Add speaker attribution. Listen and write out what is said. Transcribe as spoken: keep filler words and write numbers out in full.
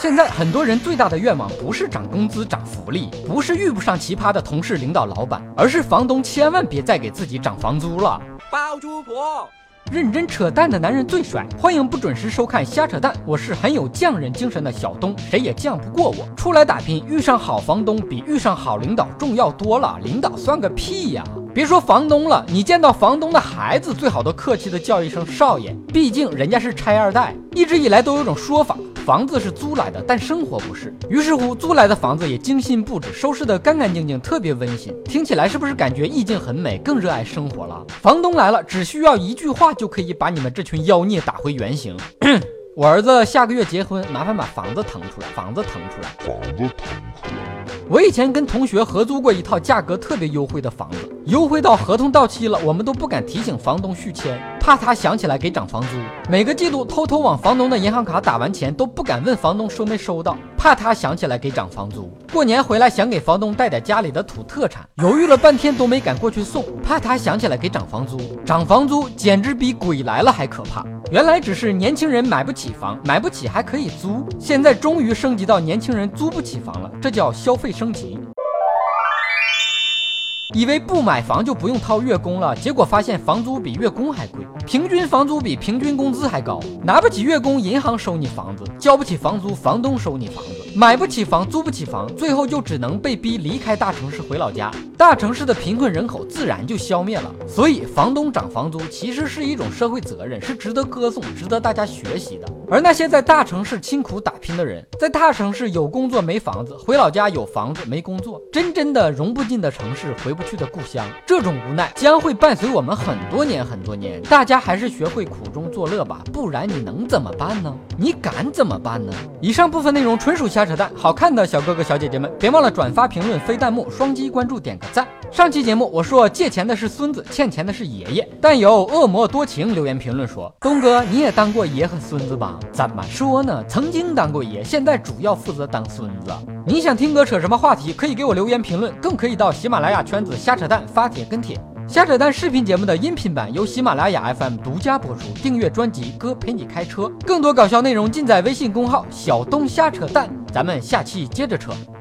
Speaker 1: 现在很多人最大的愿望不是涨工资、涨福利，不是遇不上奇葩的同事、领导、老板，而是房东千万别再给自己涨房租了。
Speaker 2: 包租婆。
Speaker 1: 认真扯淡的男人最帅，欢迎不准时收看瞎扯淡，我是很有匠人精神的小东，谁也犟不过我。出来打拼，遇上好房东比遇上好领导重要多了，领导算个屁呀！别说房东了，你见到房东的孩子，最好都客气的叫一声少爷，毕竟人家是拆二代。一直以来都有种说法，房子是租来的，但生活不是。于是乎，租来的房子也精心布置，收拾得干干净净，特别温馨。听起来是不是感觉意境很美，更热爱生活了？房东来了，只需要一句话就可以把你们这群妖孽打回原形。我儿子下个月结婚，麻烦把房子腾出来，房子腾出来，房子腾出来。我以前跟同学合租过一套价格特别优惠的房子，优惠到合同到期了，我们都不敢提醒房东续签，怕他想起来给涨房租。每个季度偷偷往房东的银行卡打完钱，都不敢问房东收没收到，怕他想起来给涨房租。过年回来想给房东带点家里的土特产，犹豫了半天都没敢过去送，怕他想起来给涨房租。涨房租简直比鬼来了还可怕。原来只是年轻人买不起房，买不起还可以租，现在终于升级到年轻人租不起房了，这叫消费升级。以为不买房就不用掏月供了，结果发现房租比月供还贵，平均房租比平均工资还高。拿不起月供，银行收你房子；交不起房租，房东收你房子；买不起房，租不起房，最后就只能被逼离开大城市回老家。大城市的贫困人口自然就消灭了。所以房东涨房租其实是一种社会责任，是值得歌颂、值得大家学习的。而那些在大城市辛苦打拼的人，在大城市有工作没房子，回老家有房子没工作，真真的融不进的城市，回不去的故乡，这种无奈将会伴随我们很多年很多年。大家还是学会苦中作乐吧，不然你能怎么办呢？你敢怎么办呢？以上部分内容纯属瞎扯淡，好看的小哥哥小姐姐们别忘了转发评论飞弹幕，双击关注点个赞。上期节目我说借钱的是孙子，欠钱的是爷爷，但有恶魔多情留言评论说，东哥你也当过爷和孙子吧？怎么说呢？曾经当过爷，现在主要负责当孙子。你想听哥扯什么话题，可以给我留言评论，更可以到喜马拉雅圈子瞎扯淡发帖跟帖。瞎扯淡视频节目的音频版由喜马拉雅 F M 独家播出，订阅专辑哥陪你开车，更多搞笑内容尽在微信公号小东瞎扯淡。咱们下期接着扯。